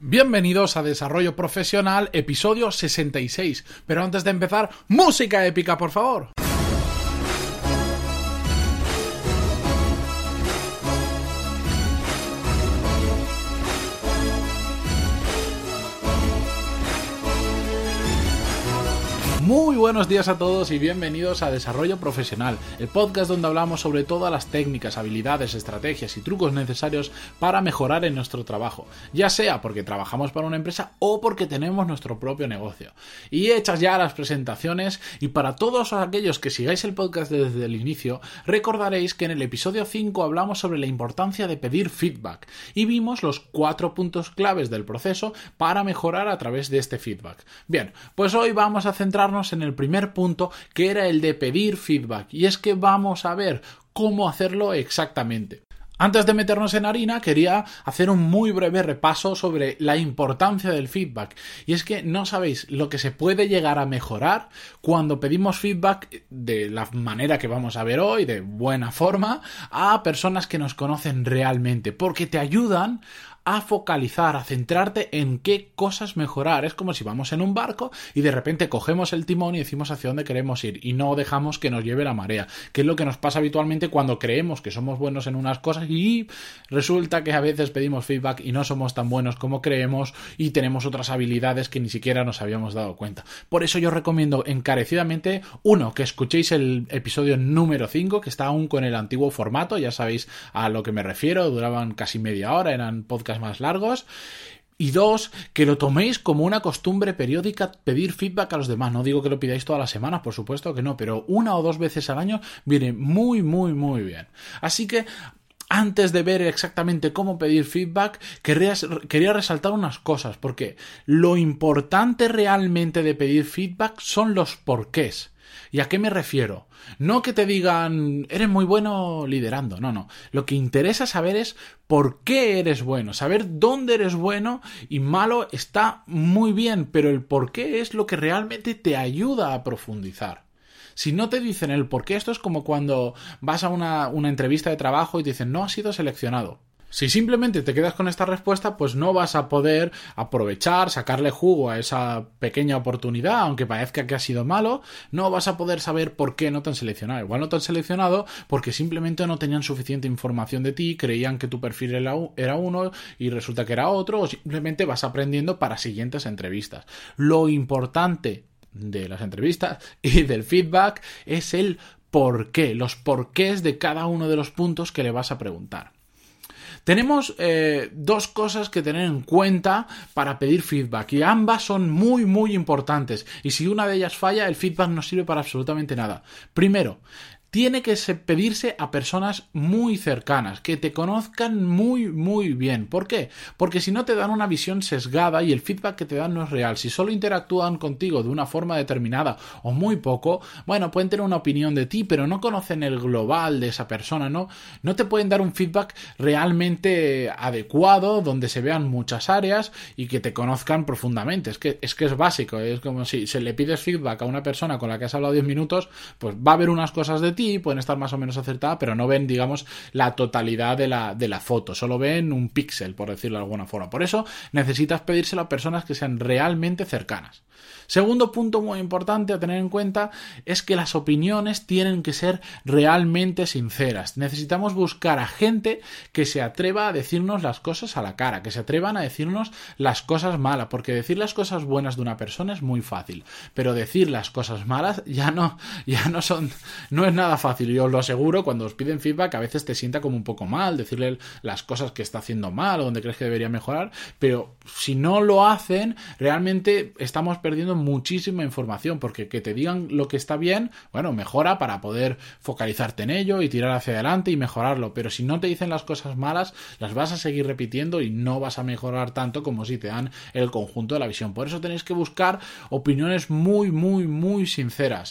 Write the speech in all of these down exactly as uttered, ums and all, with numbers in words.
Bienvenidos a Desarrollo Profesional, episodio sesenta y seis. Pero antes de empezar, música épica, por favor. Muy buenos días a todos y bienvenidos a Desarrollo Profesional, el podcast donde hablamos sobre todas las técnicas, habilidades, estrategias y trucos necesarios para mejorar en nuestro trabajo, ya sea porque trabajamos para una empresa o porque tenemos nuestro propio negocio. Y hechas ya las presentaciones, y para todos aquellos que sigáis el podcast desde el inicio, recordaréis que en el episodio cinco hablamos sobre la importancia de pedir feedback y vimos los cuatro puntos claves del proceso para mejorar a través de este feedback. Bien, pues hoy vamos a centrarnos en el primer punto, que era el de pedir feedback, y es que vamos a ver cómo hacerlo exactamente. Antes de meternos en harina, quería hacer un muy breve repaso sobre la importancia del feedback. Y es que no sabéis lo que se puede llegar a mejorar cuando pedimos feedback de la manera que vamos a ver hoy, de buena forma, a personas que nos conocen realmente, porque te ayudan a focalizar, a centrarte en qué cosas mejorar. Es como si vamos en un barco y de repente cogemos el timón y decimos hacia dónde queremos ir y no dejamos que nos lleve la marea, que es lo que nos pasa habitualmente cuando creemos que somos buenos en unas cosas y resulta que a veces pedimos feedback y no somos tan buenos como creemos y tenemos otras habilidades que ni siquiera nos habíamos dado cuenta. Por eso yo recomiendo encarecidamente, uno, que escuchéis el episodio número cinco, que está aún con el antiguo formato, ya sabéis a lo que me refiero, duraban casi media hora, eran podcasts más largos. Y dos, que lo toméis como una costumbre periódica pedir feedback a los demás. No digo que lo pidáis todas las semanas, por supuesto que no, pero una o dos veces al año viene muy, muy, muy bien. Así que antes de ver exactamente cómo pedir feedback, quería, quería resaltar unas cosas, porque lo importante realmente de pedir feedback son los porqués. ¿Y a qué me refiero? No que te digan, eres muy bueno liderando, no, no. Lo que interesa saber es por qué eres bueno, saber dónde eres bueno y malo está muy bien, pero el por qué es lo que realmente te ayuda a profundizar. Si no te dicen el por qué, esto es como cuando vas a una, una entrevista de trabajo y te dicen, no has sido seleccionado. Si simplemente te quedas con esta respuesta, pues no vas a poder aprovechar, sacarle jugo a esa pequeña oportunidad, aunque parezca que ha sido malo, no vas a poder saber por qué no te han seleccionado. Igual no te han seleccionado porque simplemente no tenían suficiente información de ti, creían que tu perfil era uno y resulta que era otro, o simplemente vas aprendiendo para siguientes entrevistas. Lo importante de las entrevistas y del feedback es el por qué, los porqués de cada uno de los puntos que le vas a preguntar. Tenemos eh, dos cosas que tener en cuenta para pedir feedback y ambas son muy muy importantes, y si una de ellas falla, el feedback no sirve para absolutamente nada. Primero, tiene que pedirse a personas muy cercanas, que te conozcan muy, muy bien. ¿Por qué? Porque si no te dan una visión sesgada y el feedback que te dan no es real. Si solo interactúan contigo de una forma determinada o muy poco, bueno, pueden tener una opinión de ti, pero no conocen el global de esa persona, ¿no? No te pueden dar un feedback realmente adecuado, donde se vean muchas áreas y que te conozcan profundamente. Es que es, que es básico, es como si se le pides feedback a una persona con la que has hablado diez minutos, pues va a ver unas cosas de ti, pueden estar más o menos acertadas, pero no ven, digamos, la totalidad de la, de la foto, solo ven un píxel, por decirlo de alguna forma. Por eso necesitas pedírselo a personas que sean realmente cercanas. Segundo punto muy importante a tener en cuenta es que las opiniones tienen que ser realmente sinceras. Necesitamos buscar a gente que se atreva a decirnos las cosas a la cara, que se atrevan a decirnos las cosas malas, porque decir las cosas buenas de una persona es muy fácil, pero decir las cosas malas ya no, ya no son, no es nada fácil. Yo os lo aseguro, cuando os piden feedback a veces te sienta como un poco mal decirle las cosas que está haciendo mal o donde crees que debería mejorar, pero si no lo hacen, realmente estamos perdiendo muchísima información, porque que te digan lo que está bien, bueno, mejora para poder focalizarte en ello y tirar hacia adelante y mejorarlo, pero si no te dicen las cosas malas, las vas a seguir repitiendo y no vas a mejorar tanto como si te dan el conjunto de la visión. Por eso tenéis que buscar opiniones muy, muy, muy sinceras.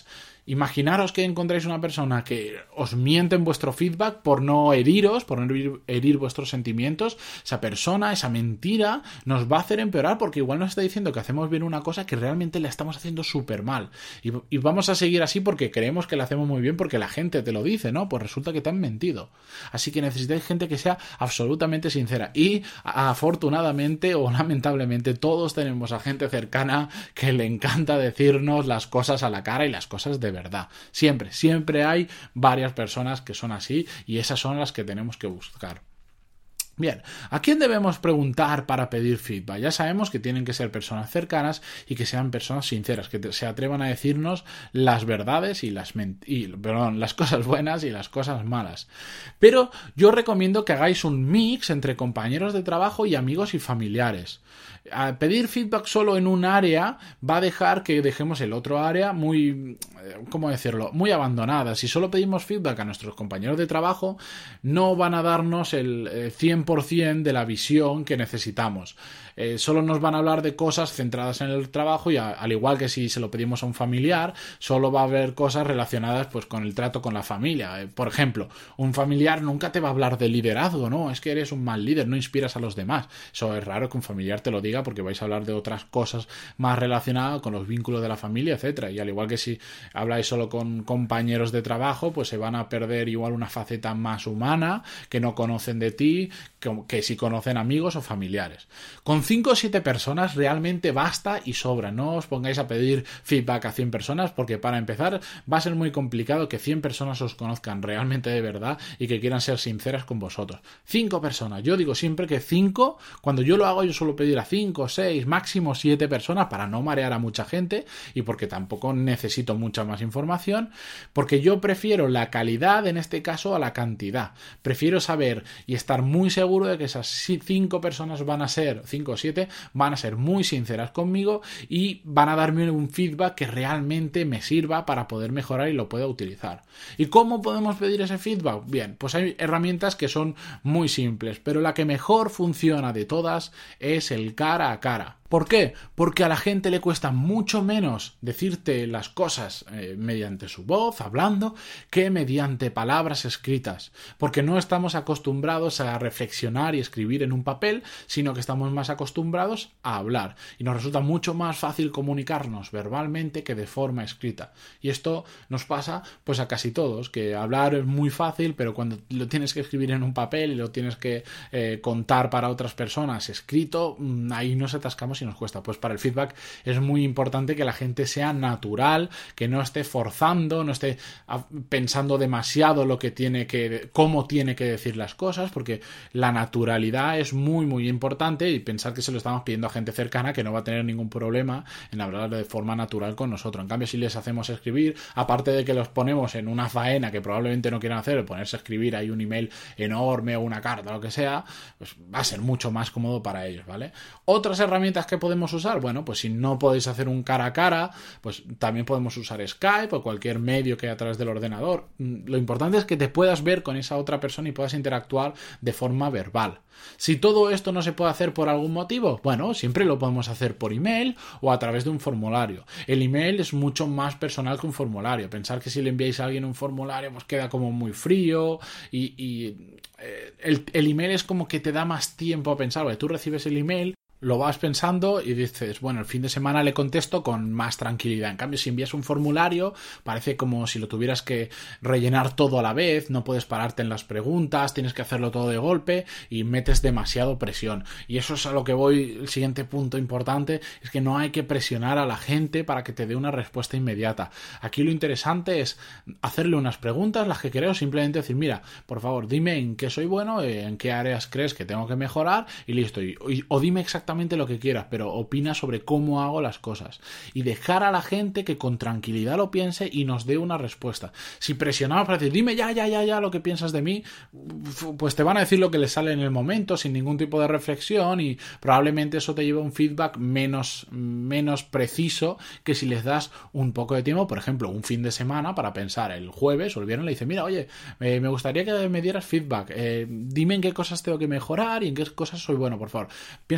Imaginaros que encontráis una persona que os miente en vuestro feedback por no heriros, por no herir, herir vuestros sentimientos. Esa persona, esa mentira, nos va a hacer empeorar porque igual nos está diciendo que hacemos bien una cosa que realmente la estamos haciendo súper mal. Y, y vamos a seguir así porque creemos que la hacemos muy bien porque la gente te lo dice, ¿no? Pues resulta que te han mentido. Así que necesitáis gente que sea absolutamente sincera. Y afortunadamente o lamentablemente todos tenemos a gente cercana que le encanta decirnos las cosas a la cara y las cosas de verdad. Siempre, siempre hay varias personas que son así y esas son las que tenemos que buscar. Bien, ¿a quién debemos preguntar para pedir feedback? Ya sabemos que tienen que ser personas cercanas y que sean personas sinceras, que se atrevan a decirnos las verdades y las, y, perdón, las cosas buenas y las cosas malas. Pero yo recomiendo que hagáis un mix entre compañeros de trabajo y amigos y familiares. A pedir feedback solo en un área va a dejar que dejemos el otro área muy, ¿cómo decirlo?, muy abandonada. Si solo pedimos feedback a nuestros compañeros de trabajo, no van a darnos el cien por ciento de la visión que necesitamos. Eh, solo nos van a hablar de cosas centradas en el trabajo y a, al igual que si se lo pedimos a un familiar, solo va a haber cosas relacionadas pues con el trato con la familia. Eh, por ejemplo, un familiar nunca te va a hablar de liderazgo, ¿no? Es que eres un mal líder, no inspiras a los demás. Eso es raro que un familiar te lo diga porque vais a hablar de otras cosas más relacionadas con los vínculos de la familia, etcétera. Y al igual que si habláis solo con compañeros de trabajo, pues se van a perder igual una faceta más humana que no conocen de ti, que, que si conocen amigos o familiares. Con cinco o siete personas realmente basta y sobra. No os pongáis a pedir feedback a cien personas porque para empezar va a ser muy complicado que cien personas os conozcan realmente de verdad y que quieran ser sinceras con vosotros. cinco personas. Yo digo siempre que cinco, cuando yo lo hago yo suelo pedir a cinco, seis, máximo siete personas para no marear a mucha gente y porque tampoco necesito mucha más información, porque yo prefiero la calidad en este caso a la cantidad. Prefiero saber y estar muy seguro de que esas cinco personas van a ser, cinco o siete, van a ser muy sinceras conmigo y van a darme un feedback que realmente me sirva para poder mejorar y lo pueda utilizar. ¿Y cómo podemos pedir ese feedback? Bien, pues hay herramientas que son muy simples, pero la que mejor funciona de todas es el cara a cara. ¿Por qué? Porque a la gente le cuesta mucho menos decirte las cosas eh, mediante su voz, hablando, que mediante palabras escritas. Porque no estamos acostumbrados a reflexionar y escribir en un papel, sino que estamos más acostumbrados a hablar. Y nos resulta mucho más fácil comunicarnos verbalmente que de forma escrita. Y esto nos pasa pues a casi todos, que hablar es muy fácil, pero cuando lo tienes que escribir en un papel y lo tienes que eh, contar para otras personas escrito, ahí nos atascamos y nos cuesta. Pues para el feedback es muy importante que la gente sea natural, que no esté forzando, no esté pensando demasiado lo que tiene que, cómo tiene que decir las cosas, porque la naturalidad es muy muy importante y pensar que se lo estamos pidiendo a gente cercana que no va a tener ningún problema en hablar de forma natural con nosotros. En cambio, si les hacemos escribir, aparte de que los ponemos en una faena que probablemente no quieran hacer, ponerse a escribir ahí un email enorme o una carta o lo que sea, pues va a ser mucho más cómodo para ellos, ¿vale? Otras herramientas que podemos usar, bueno, pues si no podéis hacer un cara a cara, pues también podemos usar Skype o cualquier medio que hay a través del ordenador. Lo importante es que te puedas ver con esa otra persona y puedas interactuar de forma verbal. Si todo esto no se puede hacer por algún motivo, bueno, siempre lo podemos hacer por email o a través de un formulario. El email es mucho más personal que un formulario. Pensar que si le enviáis a alguien un formulario pues queda como muy frío y, y eh, el, el email es como que te da más tiempo a pensar, porque tú recibes el email, lo vas pensando y dices, bueno, el fin de semana le contesto con más tranquilidad. En cambio, si envías un formulario, parece como si lo tuvieras que rellenar todo a la vez, no puedes pararte en las preguntas, tienes que hacerlo todo de golpe y metes demasiado presión. Y eso es a lo que voy, el siguiente punto importante, es que no hay que presionar a la gente para que te dé una respuesta inmediata. Aquí lo interesante es hacerle unas preguntas, las que querés, simplemente decir, mira, por favor, dime en qué soy bueno, en qué áreas crees que tengo que mejorar y listo. Y, o dime exactamente lo que quieras, pero opina sobre cómo hago las cosas y dejar a la gente que con tranquilidad lo piense y nos dé una respuesta. Si presionamos para decir, dime ya, ya, ya, ya lo que piensas de mí, pues te van a decir lo que les sale en el momento sin ningún tipo de reflexión y probablemente eso te lleve a un feedback menos, menos preciso que si les das un poco de tiempo, por ejemplo, un fin de semana para pensar. El jueves o el viernes le dice, mira, oye, eh, me gustaría que me dieras feedback, eh, dime en qué cosas tengo que mejorar y en qué cosas soy bueno, por favor. Piénsatelo el fin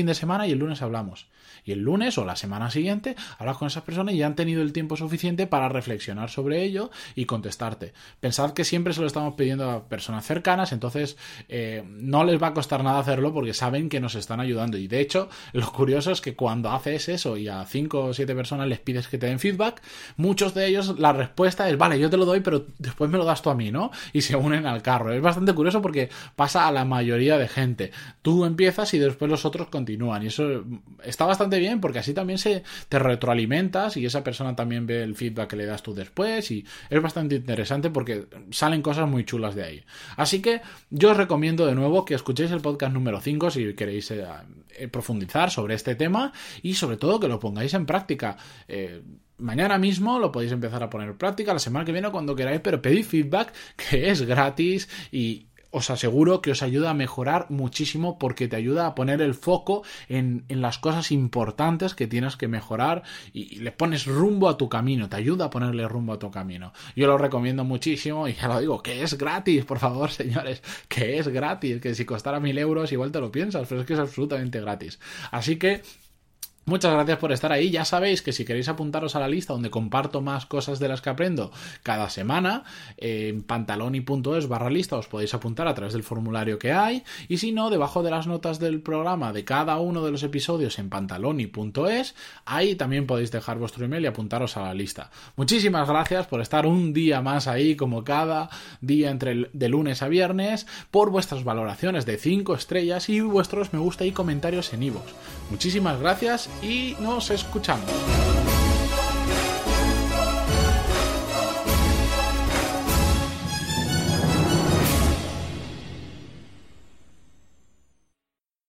fin de semana y el lunes hablamos. Y el lunes o la semana siguiente hablas con esas personas y ya han tenido el tiempo suficiente para reflexionar sobre ello y contestarte. Pensad que siempre se lo estamos pidiendo a personas cercanas, entonces eh, no les va a costar nada hacerlo porque saben que nos están ayudando. Y de hecho, lo curioso es que cuando haces eso y a cinco o siete personas les pides que te den feedback, muchos de ellos la respuesta es, vale, yo te lo doy, pero después me lo das tú a mí, ¿no? Y se unen al carro. Es bastante curioso porque pasa a la mayoría de gente. Tú empiezas y después los otros continúan. Y eso está bastante bien porque así también se te retroalimentas y esa persona también ve el feedback que le das tú después y es bastante interesante porque salen cosas muy chulas de ahí. Así que yo os recomiendo de nuevo que escuchéis el podcast número cinco si queréis eh, profundizar sobre este tema y sobre todo que lo pongáis en práctica. Eh, Mañana mismo lo podéis empezar a poner en práctica, la semana que viene cuando queráis, pero pedid feedback que es gratis y os aseguro que os ayuda a mejorar muchísimo porque te ayuda a poner el foco en, en las cosas importantes que tienes que mejorar y, y le pones rumbo a tu camino, te ayuda a ponerle rumbo a tu camino. Yo lo recomiendo muchísimo y ya lo digo, que es gratis, por favor, señores, que es gratis, que si costara mil euros igual te lo piensas, pero es que es absolutamente gratis. Así que muchas gracias por estar ahí. Ya sabéis que si queréis apuntaros a la lista donde comparto más cosas de las que aprendo cada semana, eh, en pantaloni.es barra lista os podéis apuntar a través del formulario que hay y si no, debajo de las notas del programa de cada uno de los episodios en pantaloni.es, ahí también podéis dejar vuestro email y apuntaros a la lista. Muchísimas gracias por estar un día más ahí como cada día entre el, de lunes a viernes, por vuestras valoraciones de cinco estrellas y vuestros me gusta y comentarios en iVoox. Muchísimas gracias y nos escuchamos.